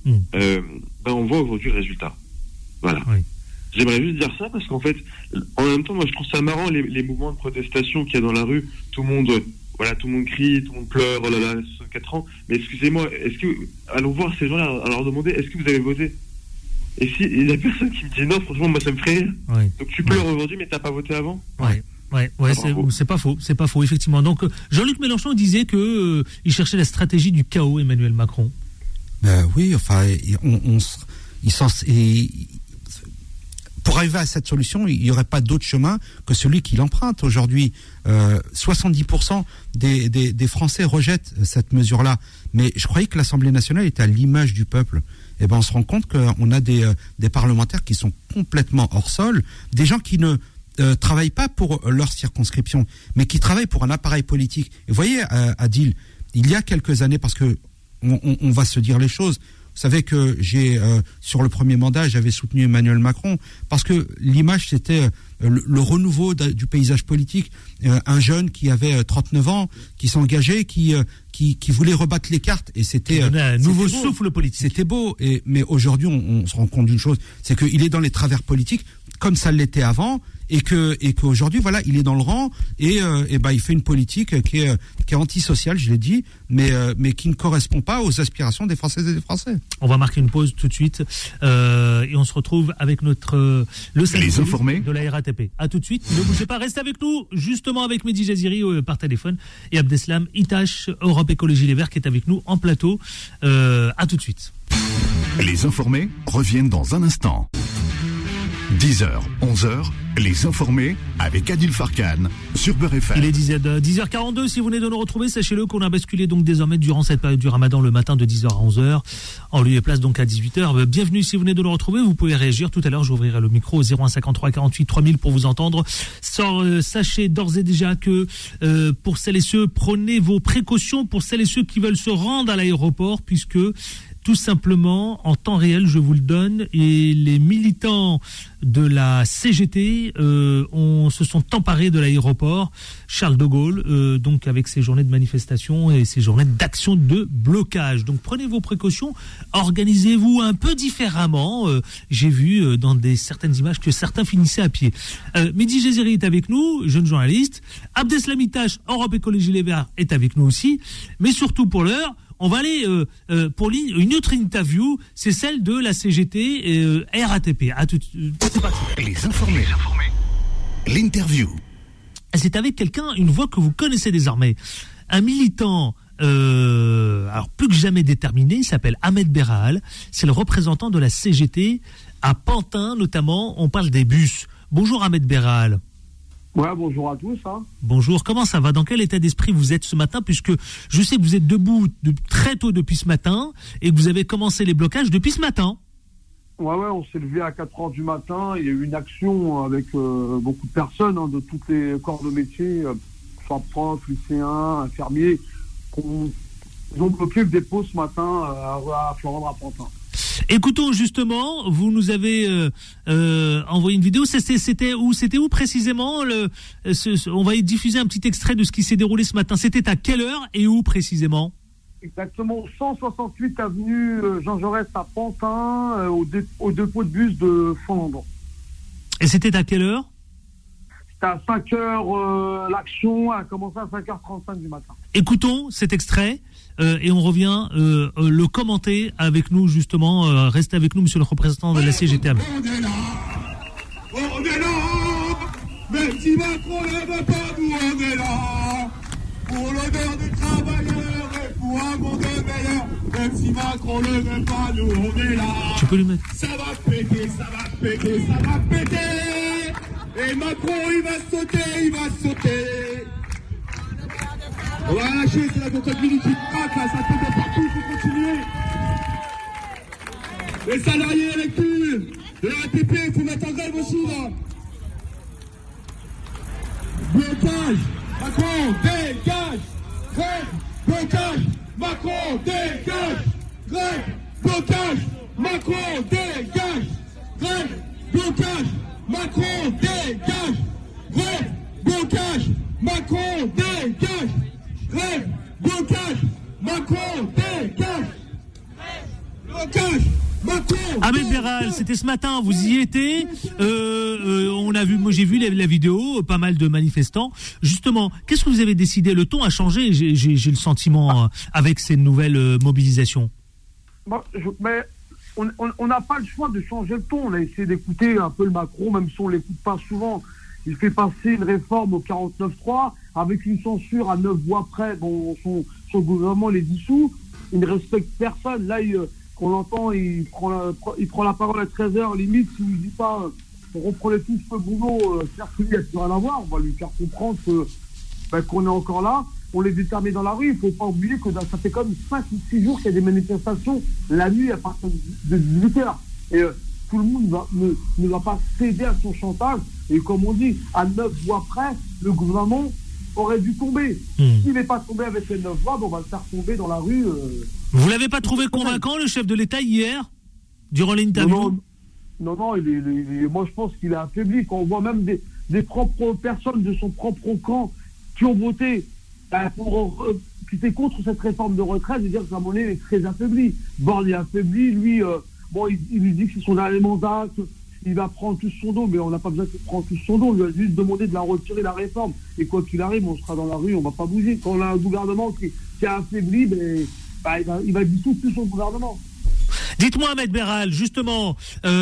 On voit aujourd'hui le résultat. Voilà. Oui. J'aimerais juste dire ça parce qu'en fait, en même temps, moi je trouve ça marrant les mouvements de protestation qu'il y a dans la rue. Tout le monde crie, tout le monde pleure, oh là là, 64 ans. Mais excusez-moi, allons voir ces gens-là, à leur demander, est-ce que vous avez voté ? Et si il y a personne qui me dit non, franchement, moi ça me ferait rire. Oui. Donc tu pleures aujourd'hui, mais t'as pas voté avant ? C'est pas faux, effectivement. Donc Jean-Luc Mélenchon disait que il cherchait la stratégie du chaos, Emmanuel Macron. Oui, enfin, pour arriver à cette solution, il n'y aurait pas d'autre chemin que celui qu'il emprunte aujourd'hui. 70% des Français rejettent cette mesure-là. Mais je croyais que l'Assemblée nationale était à l'image du peuple. Et on se rend compte qu'on a des parlementaires qui sont complètement hors sol, des gens qui ne travaillent pas pour leur circonscription, mais qui travaillent pour un appareil politique. Et vous voyez, Adil, il y a quelques années, parce que on va se dire les choses. Vous savez que sur le premier mandat, j'avais soutenu Emmanuel Macron parce que l'image, c'était le renouveau du paysage politique. Un jeune qui avait 39 ans, qui s'engageait, qui voulait rebattre les cartes. Et c'était un nouveau souffle politique. C'était beau. Mais aujourd'hui, on se rend compte d'une chose, c'est qu'il est dans les travers politiques comme ça l'était avant. Et qu'aujourd'hui, voilà, il est dans le rang et il fait une politique qui est antisociale, je l'ai dit, mais qui ne correspond pas aux aspirations des Françaises et des Français. On va marquer une pause tout de suite et on se retrouve avec le service de la RATP. À tout de suite. Ne bougez pas, restez avec nous, justement avec Mehdi Jaziri par téléphone et Abdeslam Itache, Europe Écologie Les Verts, qui est avec nous en plateau. À tout de suite. Les informés reviennent dans un instant. 10h, 11h, les informés avec Adil Farkan sur Beurre FM. Il est 10h42, si vous venez de nous retrouver, sachez-le qu'on a basculé donc désormais durant cette période du Ramadan le matin de 10h à 11h, en lieu et place donc à 18h. Bienvenue si vous venez de nous retrouver, vous pouvez réagir. Tout à l'heure, j'ouvrirai le micro au 0153 48 3000 pour vous entendre. Sachez d'ores et déjà que pour celles et ceux, prenez vos précautions pour celles et ceux qui veulent se rendre à l'aéroport, puisque tout simplement, en temps réel, je vous le donne, et les militants de la CGT se sont emparés de l'aéroport Charles de Gaulle, donc avec ces journées de manifestation et ces journées d'action de blocage. Donc prenez vos précautions, organisez-vous un peu différemment. J'ai vu dans certaines images que certains finissaient à pied. Mehdi Gézeri est avec nous, jeune journaliste. Abdeslam Itache, Europe Écologie Les Verts, est avec nous aussi. Mais surtout pour l'heure, on va aller pour une autre interview, c'est celle de la CGT RATP. C'est parti. Les informés. L'interview. C'est avec quelqu'un, une voix que vous connaissez désormais. Un militant, alors plus que jamais déterminé, il s'appelle Ahmed Berral. C'est le représentant de la CGT à Pantin, notamment. On parle des bus. Bonjour Ahmed Berral. Ouais, bonjour à tous. Bonjour, comment ça va? Dans quel état d'esprit vous êtes ce matin? Puisque je sais que vous êtes debout très tôt depuis ce matin et que vous avez commencé les blocages depuis ce matin. Ouais, on s'est levé à 4h du matin. Il y a eu une action avec beaucoup de personnes de tous les corps de métier, soit profs, lycéens, infirmiers, ils ont bloqué le dépôt ce matin à Flandre, à Pantin. Écoutons justement, vous nous avez envoyé une vidéo. C'était où précisément on va diffuser un petit extrait de ce qui s'est déroulé ce matin. C'était à quelle heure et où précisément? Exactement, 168 avenue Jean Jaurès à Pantin, au dépôt de bus de Flandre. Et c'était à quelle heure? C'était à 5h, l'action a commencé à 5h35 du matin. Écoutons cet extrait et on revient le commenter avec nous justement. Restez avec nous, monsieur le représentant de la CGT. On est là, même si Macron ne veut pas, nous on est là, pour l'honneur des travailleurs et pour un monde meilleur, même si Macron ne veut pas, nous on est là. Tu peux lui mettre. Ça va péter, ça va péter, ça va péter, et Macron il va sauter. On va lâcher, c'est la comptabilité qui craque là, ça tombe de partout, il faut continuer. Les salariés électifs de la RATP, il faut mettre en grève aussi là. Blocage, Macron dégage, grève, blocage, Macron dégage, grève, blocage, Macron dégage, grève, blocage, Macron dégage, grève, blocage, Macron dégage. Grève, blocage, Macron, dégage. Blocage, Macron. Ahmed Berral, c'était ce matin, vous y étiez. On a vu, moi j'ai vu la vidéo, pas mal de manifestants. Justement, qu'est-ce que vous avez décidé? Le ton a changé, j'ai le sentiment, avec ces nouvelles mobilisations. Mais on n'a pas le choix de changer le ton. On a essayé d'écouter un peu le Macron, même si on ne l'écoute pas souvent. Il fait passer une réforme au 49.3 avec une censure à 9 voix près. Bon, son gouvernement les dissout. Il ne respecte personne. Là, qu'on l'entend, il prend la parole à 13h. Limite, s'il ne dit pas on reprenait tous le boulot, c'est-à-dire qu'il n'y a plus rien à voir. On va lui faire comprendre qu'on est encore là. On les détermine dans la rue. Il ne faut pas oublier que ça fait comme 5 ou 6 jours qu'il y a des manifestations la nuit à partir de 18h. Et tout le monde ne va pas céder à son chantage. Et comme on dit, à 9 voix près, le gouvernement aurait dû tomber. S'il n'est pas tombé avec les 9 voix, on va le faire tomber dans la rue. Vous l'avez pas trouvé convaincant, le chef de l'État, hier, durant l'interview? Non, moi je pense qu'il est affaibli. Quand on voit même des propres personnes de son propre camp qui ont voté qui étaient contre cette réforme de retraite, dire que Jean Monnet est très affaibli. Borne est affaibli, lui, il lui dit que c'est son dernier mandat, il va prendre tout son dos, mais on n'a pas besoin qu'il prenne tout son dos. On lui a juste demandé de la retirer, la réforme. Et quoi qu'il arrive, on sera dans la rue, on ne va pas bouger. Quand on a un gouvernement qui est affaibli, il va dissoudre tout son gouvernement. Dites-moi, Ahmed Berral, justement,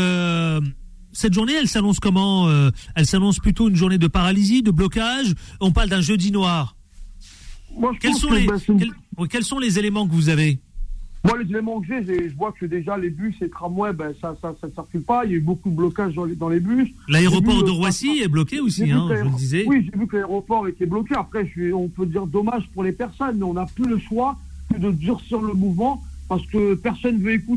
cette journée, elle s'annonce comment? Elle s'annonce plutôt une journée de paralysie, de blocage? On parle d'un jeudi noir. Moi, quels sont les éléments que vous avez? Moi, les éléments que j'ai, je vois que déjà les bus et tramways, ça circule pas. Il y a eu beaucoup de blocages dans les bus. L'aéroport de Roissy est bloqué aussi, je le disais. Oui, j'ai vu que l'aéroport était bloqué. Après, on peut dire dommage pour les personnes, mais on n'a plus le choix que de durcir le mouvement parce que personne ne veut écouter.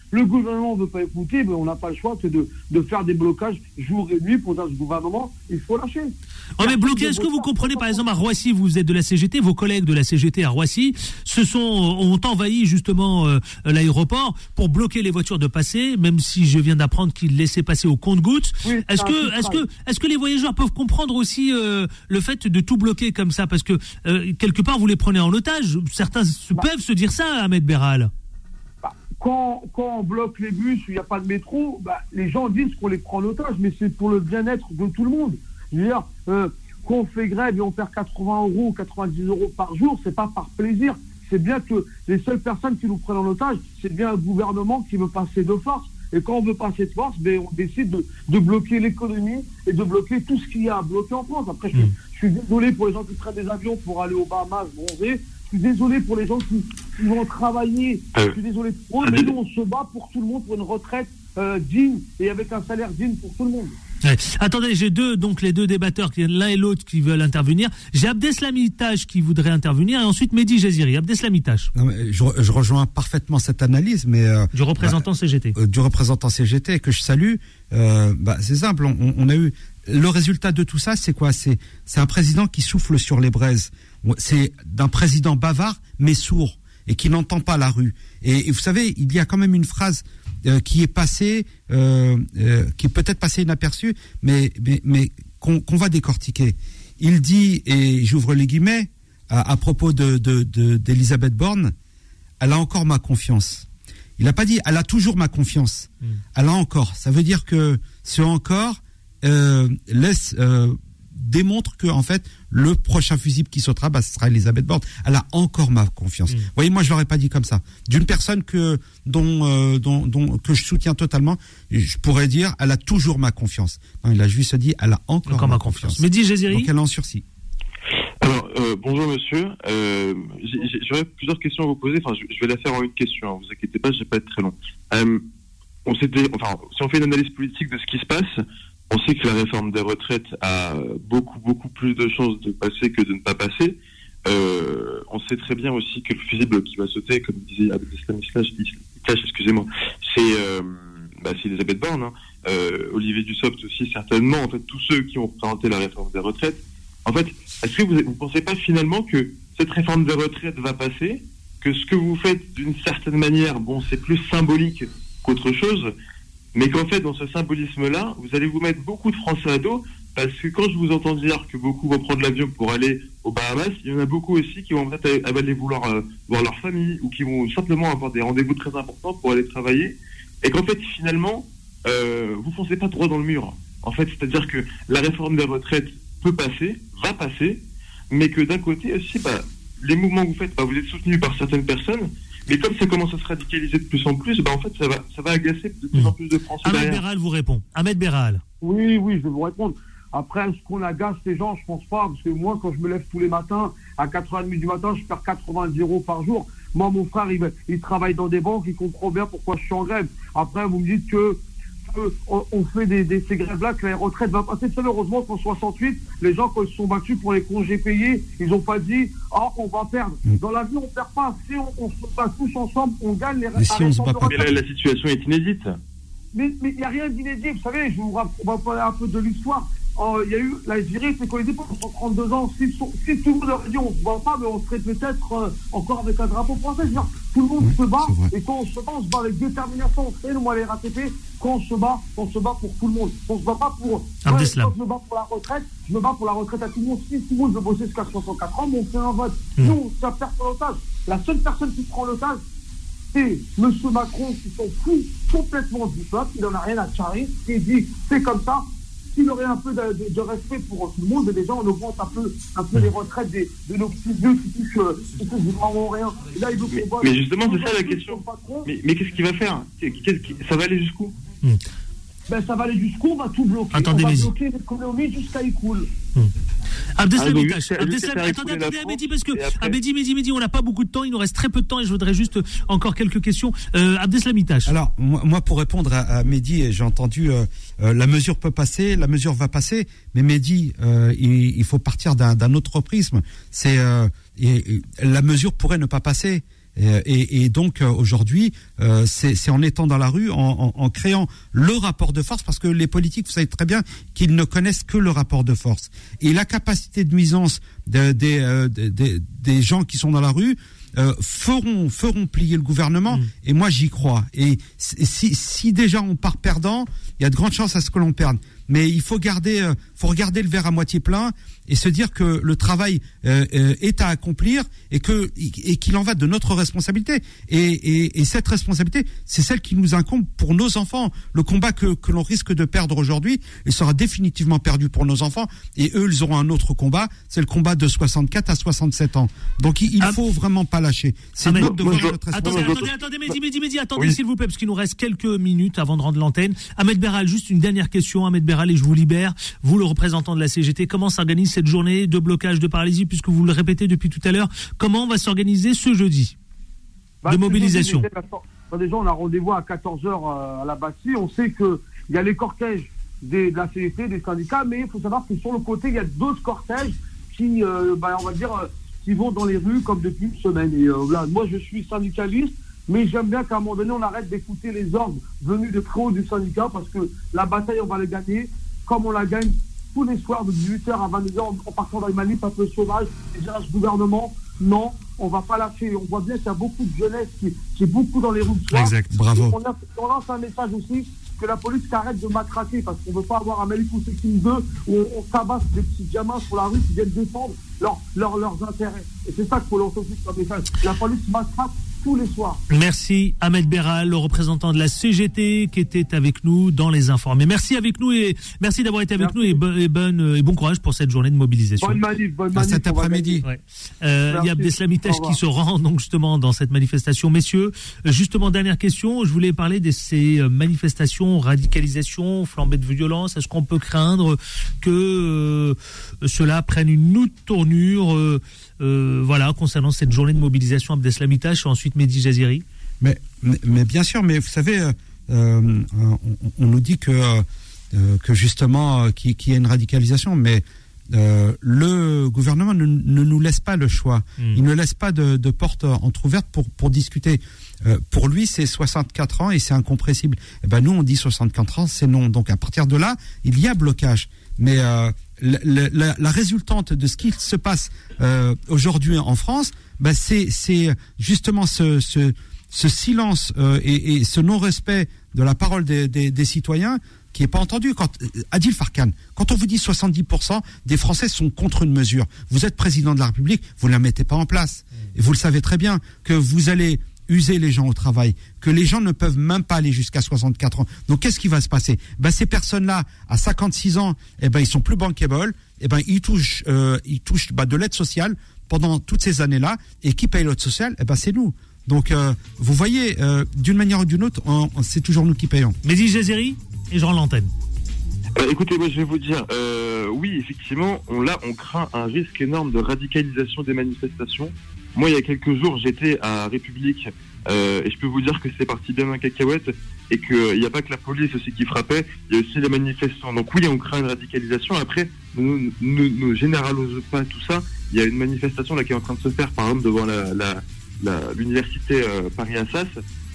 Le gouvernement ne veut pas écouter, mais on n'a pas le choix que de faire des blocages jour et nuit pour dire à ce gouvernement, il faut lâcher. Mais bloquer, est-ce que vous comprenez, par exemple, à Roissy, vous êtes de la CGT, vos collègues de la CGT à Roissy ont envahi justement l'aéroport pour bloquer les voitures de passer, même si je viens d'apprendre qu'ils laissaient passer au compte-gouttes. Oui, est-ce que les voyageurs peuvent comprendre aussi le fait de tout bloquer comme ça? Parce que quelque part, vous les prenez en otage. Certains peuvent se dire ça, Ahmed Berral. Quand on bloque les bus où il n'y a pas de métro, les gens disent qu'on les prend en otage, mais c'est pour le bien-être de tout le monde. Je veux dire, quand on fait grève et on perd 80 € ou 90 € par jour, c'est pas par plaisir. C'est bien que les seules personnes qui nous prennent en otage, c'est bien un gouvernement qui veut passer de force. Et quand on veut passer de force, on décide de bloquer l'économie et de bloquer tout ce qu'il y a à bloquer en France. Après, je suis désolé pour les gens qui prennent des avions pour aller aux Bahamas bronzer. Je suis désolé pour les gens qui vont travailler. Je suis désolé pour eux, mais nous, on se bat pour tout le monde, pour une retraite digne et avec un salaire digne pour tout le monde. Ouais. Attendez, j'ai les deux débatteurs, l'un et l'autre, qui veulent intervenir. J'ai Abdeslam Itache qui voudrait intervenir et ensuite Mehdi Jaziri. Abdeslam Itache. Je rejoins parfaitement cette analyse, mais du représentant CGT. Du représentant CGT que je salue. C'est simple. On a eu le résultat de tout ça. C'est quoi? C'est un président qui souffle sur les braises. C'est d'un président bavard mais sourd et qui n'entend pas la rue. Et vous savez, il y a quand même une phrase qui est passée, qui est peut-être passée inaperçue, mais qu'on va décortiquer. Il dit, et j'ouvre les guillemets, à propos d'Elisabeth Borne, elle a encore ma confiance. Il n'a pas dit, elle a toujours ma confiance. Elle a encore. Ça veut dire que ce encore démontre que en fait le prochain fusible qui sautera, ce sera Elisabeth Borne. Elle a encore ma confiance. Vous voyez, moi je l'aurais pas dit comme ça. D'une personne que je soutiens totalement, je pourrais dire, elle a toujours ma confiance. Non, il a juste dit, elle a encore ma confiance. Mehdi Jaziri. Donc elle est en sursis. Alors bonjour monsieur. J'aurais plusieurs questions à vous poser. Enfin, je vais la faire en une question. Hein. Vous inquiétez pas, je vais pas être très long. Si on fait une analyse politique de ce qui se passe. On sait que la réforme des retraites a beaucoup plus de chances de passer que de ne pas passer. On sait très bien aussi que le fusible qui va sauter, comme disait Abdeslam Itache, excusez-moi, c'est Elisabeth Borne, hein. Olivier Dussopt aussi certainement, en fait tous ceux qui ont représenté la réforme des retraites. En fait, est-ce que vous ne pensez pas finalement que cette réforme des retraites va passer, que ce que vous faites d'une certaine manière, c'est plus symbolique qu'autre chose, mais qu'en fait, dans ce symbolisme-là, vous allez vous mettre beaucoup de Français à dos, parce que quand je vous entends dire que beaucoup vont prendre l'avion pour aller aux Bahamas, il y en a beaucoup aussi qui vont peut-être aller vouloir voir leur famille, ou qui vont simplement avoir des rendez-vous très importants pour aller travailler, et qu'en fait, finalement, vous foncez pas droit dans le mur. En fait, c'est-à-dire que la réforme des retraites peut passer, va passer, mais que d'un côté aussi, les mouvements que vous faites, vous êtes soutenus par certaines personnes, mais comme ça commence à se radicaliser de plus en plus, en fait, ça va agacer de plus en plus de Français. Ahmed Berral vous répond. Ahmed Berral. Oui, je vais vous répondre. Après, est-ce qu'on agace les gens? Je pense pas, parce que moi, quand je me lève tous les matins, à 4h30 du matin, je perds 90 € par jour. Moi, mon frère, il travaille dans des banques, il comprend bien pourquoi je suis en grève. Après, vous me dites que on fait ces grèves-là, que la retraite va passer. Seul, heureusement qu'en 68, les gens, quand ils se sont battus pour les congés payés, ils n'ont pas dit « on va perdre ». Dans la vie, on ne perd pas. Si on se bat tous ensemble, on gagne les réformes. Mais là, la situation est inédite. Mais il n'y a rien d'inédit. Vous savez, on va parler un peu de l'histoire. Il y a eu la Algérie, c'est qu'on les pour 32 ans. Si tout le monde aurait dit on se bat pas, mais on serait peut-être encore avec un drapeau français. Genre, tout le monde se bat, et quand on se bat, on se bat avec détermination. On fait, moi, les RATP, quand on se bat pour tout le monde. On se bat pas pour. Quand je me bats pour la retraite, je me bats pour la retraite à tout le monde. Si tout le monde veut bosser jusqu'à 64 ans, on fait un vote. Nous, ça perd son otage. La seule personne qui prend l'otage, c'est M. Macron, qui s'en fout complètement du peuple. Il n'en a rien à charrer. Il dit c'est comme ça. S'il aurait un peu de respect pour tout le monde, déjà on augmente un peu les retraites de nos petits vieux qui touchent vraiment rien. Et là, mais justement, c'est ça la question. Mais qu'est-ce qu'il va faire? Ça va aller jusqu'où? Ça va aller jusqu'où? On va tout bloquer. Attendez, on va bloquer l'économie jusqu'à Icoul. Abdeslam Itache. Attendez, Mehdi, parce que Mehdi, on n'a pas beaucoup de temps, il nous reste très peu de temps et je voudrais juste encore quelques questions. Abdeslam Itache. Alors, moi, pour répondre à Mehdi, j'ai entendu la mesure peut passer, la mesure va passer, mais Mehdi, il faut partir d'un autre prisme. C'est la mesure pourrait ne pas passer. Et donc aujourd'hui, c'est en étant dans la rue, en créant le rapport de force, parce que les politiques, vous savez très bien qu'ils ne connaissent que le rapport de force. Et la capacité de nuisance des gens qui sont dans la rue feront plier le gouvernement. Et moi, j'y crois. Et si déjà on part perdant, il y a de grandes chances à ce que l'on perde. Mais il faut regarder le verre à moitié plein et se dire que le travail est à accomplir et qu'il en va de notre responsabilité. Et cette responsabilité, c'est celle qui nous incombe pour nos enfants. Le combat que l'on risque de perdre aujourd'hui, il sera définitivement perdu pour nos enfants. Et eux, ils auront un autre combat. C'est le combat de 64 à 67 ans. Donc il faut vraiment pas lâcher. C'est notre devoir, notre responsabilité. Attendez, Mehdi, attendez, s'il vous plaît, parce qu'il nous reste quelques minutes avant de rendre l'antenne. Ahmed Berral, juste une dernière question. Ahmed Berral, et je vous libère. Vous, le représentant de la CGT, comment s'organise cette journée de blocage, de paralysie, puisque vous le répétez depuis tout à l'heure? Comment va s'organiser ce jeudi de mobilisation? Déjà, on a rendez-vous à 14h à la Bastille. On sait qu'il y a les cortèges de la CGT, des syndicats, mais il faut savoir que sur le côté, il y a d'autres cortèges qui, on va dire, qui vont dans les rues comme depuis une semaine. Et là, moi, je suis syndicaliste, mais j'aime bien qu'à un moment donné, on arrête d'écouter les ordres venus de très haut du syndicat, parce que la bataille, on va la gagner comme on la gagne tous les soirs de 18h à 22h en partant dans les manifs un peu sauvages. Déjà, ce gouvernement, non, on va pas lâcher. On voit bien qu'il y a beaucoup de jeunesse qui est beaucoup dans les rues de soir. Exact, bravo. On lance un message aussi que la police arrête de matraquer, parce qu'on ne veut pas avoir un Malik Oussekine 2 où on tabasse des petits gamins sur la rue qui viennent défendre leurs intérêts. Et c'est ça qu'il faut lancer aussi comme message. La police matraque tous les soirs. Merci Ahmed Berral, le représentant de la CGT qui était avec nous dans Les Informés. Merci avec nous et merci d'avoir été avec nous et bon courage pour cette journée de mobilisation. Bonne manif cet après-midi. Il y a Abdeslam Itache qui se rend donc justement dans cette manifestation. Messieurs, justement dernière question, je voulais parler de ces manifestations, radicalisation, flambée de violence. Est-ce qu'on peut craindre que cela prenne une autre tournure concernant cette journée de mobilisation? Abdeslam Itache et ensuite Mehdi Jaziri. Mais bien sûr, mais vous savez, on nous dit que justement qu'il y a une radicalisation, mais le gouvernement ne nous laisse pas le choix. Il ne laisse pas de porte entrouverte pour discuter. Pour lui, c'est 64 ans et c'est incompressible. Et ben nous, on dit 64 ans, c'est non. Donc à partir de là, il y a blocage. Mais la résultante de ce qui se passe aujourd'hui en France, c'est justement ce silence et ce non-respect de la parole des citoyens qui n'est pas entendu. Adil Farkan, quand on vous dit 70% des Français sont contre une mesure, vous êtes président de la République, vous ne la mettez pas en place. Et vous le savez très bien que vous allez user les gens au travail, que les gens ne peuvent même pas aller jusqu'à 64 ans. Donc qu'est-ce qui va se passer? Ces personnes-là, à 56 ans, ils sont plus bankable, ils touchent de l'aide sociale pendant toutes ces années-là, et qui paye l'aide sociale? C'est nous. Donc vous voyez, d'une manière ou d'une autre, c'est toujours nous qui payons. Mehdi Jaziri, et je rends l'antenne. Écoutez, moi je vais vous dire, oui, effectivement, on craint un risque énorme de radicalisation des manifestations. Moi, il y a quelques jours, j'étais à République et je peux vous dire que c'est parti bien en cacahuète et qu'il n'y a pas que la police aussi qui frappait, il y a aussi les manifestants. Donc oui, on craint une radicalisation. Après, ne généralisons pas tout ça. Il y a une manifestation là qui est en train de se faire, par exemple, devant l'université Paris-Assas.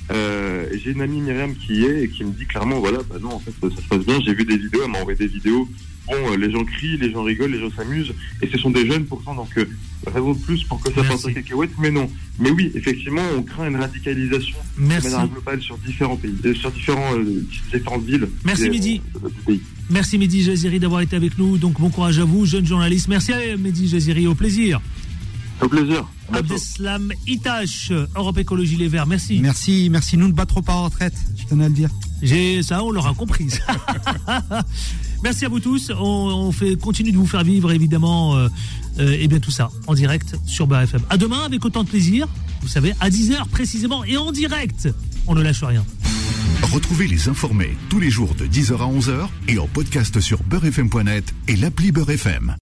J'ai une amie Myriam qui y est et qui me dit clairement, non, en fait, ça se passe bien. J'ai vu des vidéos, elle m'a envoyé des vidéos. Bon, les gens crient, les gens rigolent, les gens s'amusent, et ce sont des jeunes pourtant, donc raison de plus pour que ça parte en cacahuète, mais non. Mais oui, effectivement, on craint une radicalisation de manière globale sur différents pays, sur différentes villes. Merci Mehdi. Merci Mehdi Jaziri d'avoir été avec nous, donc bon courage à vous, jeune journaliste. Merci à Mehdi Jaziri, au plaisir. Au plaisir. Abdeslam Itache, Europe Écologie Les Verts, merci. Merci, nous ne battrons pas en retraite, je tenais à le dire. Ça, on l'aura compris. Merci à vous tous. On continue de vous faire vivre, évidemment, tout ça en direct sur Beurre FM. À demain avec autant de plaisir. Vous savez, à 10h précisément et en direct. On ne lâche rien. Retrouvez Les Informés tous les jours de 10h à 11h et en podcast sur beurrefm.net et l'appli Beurre FM.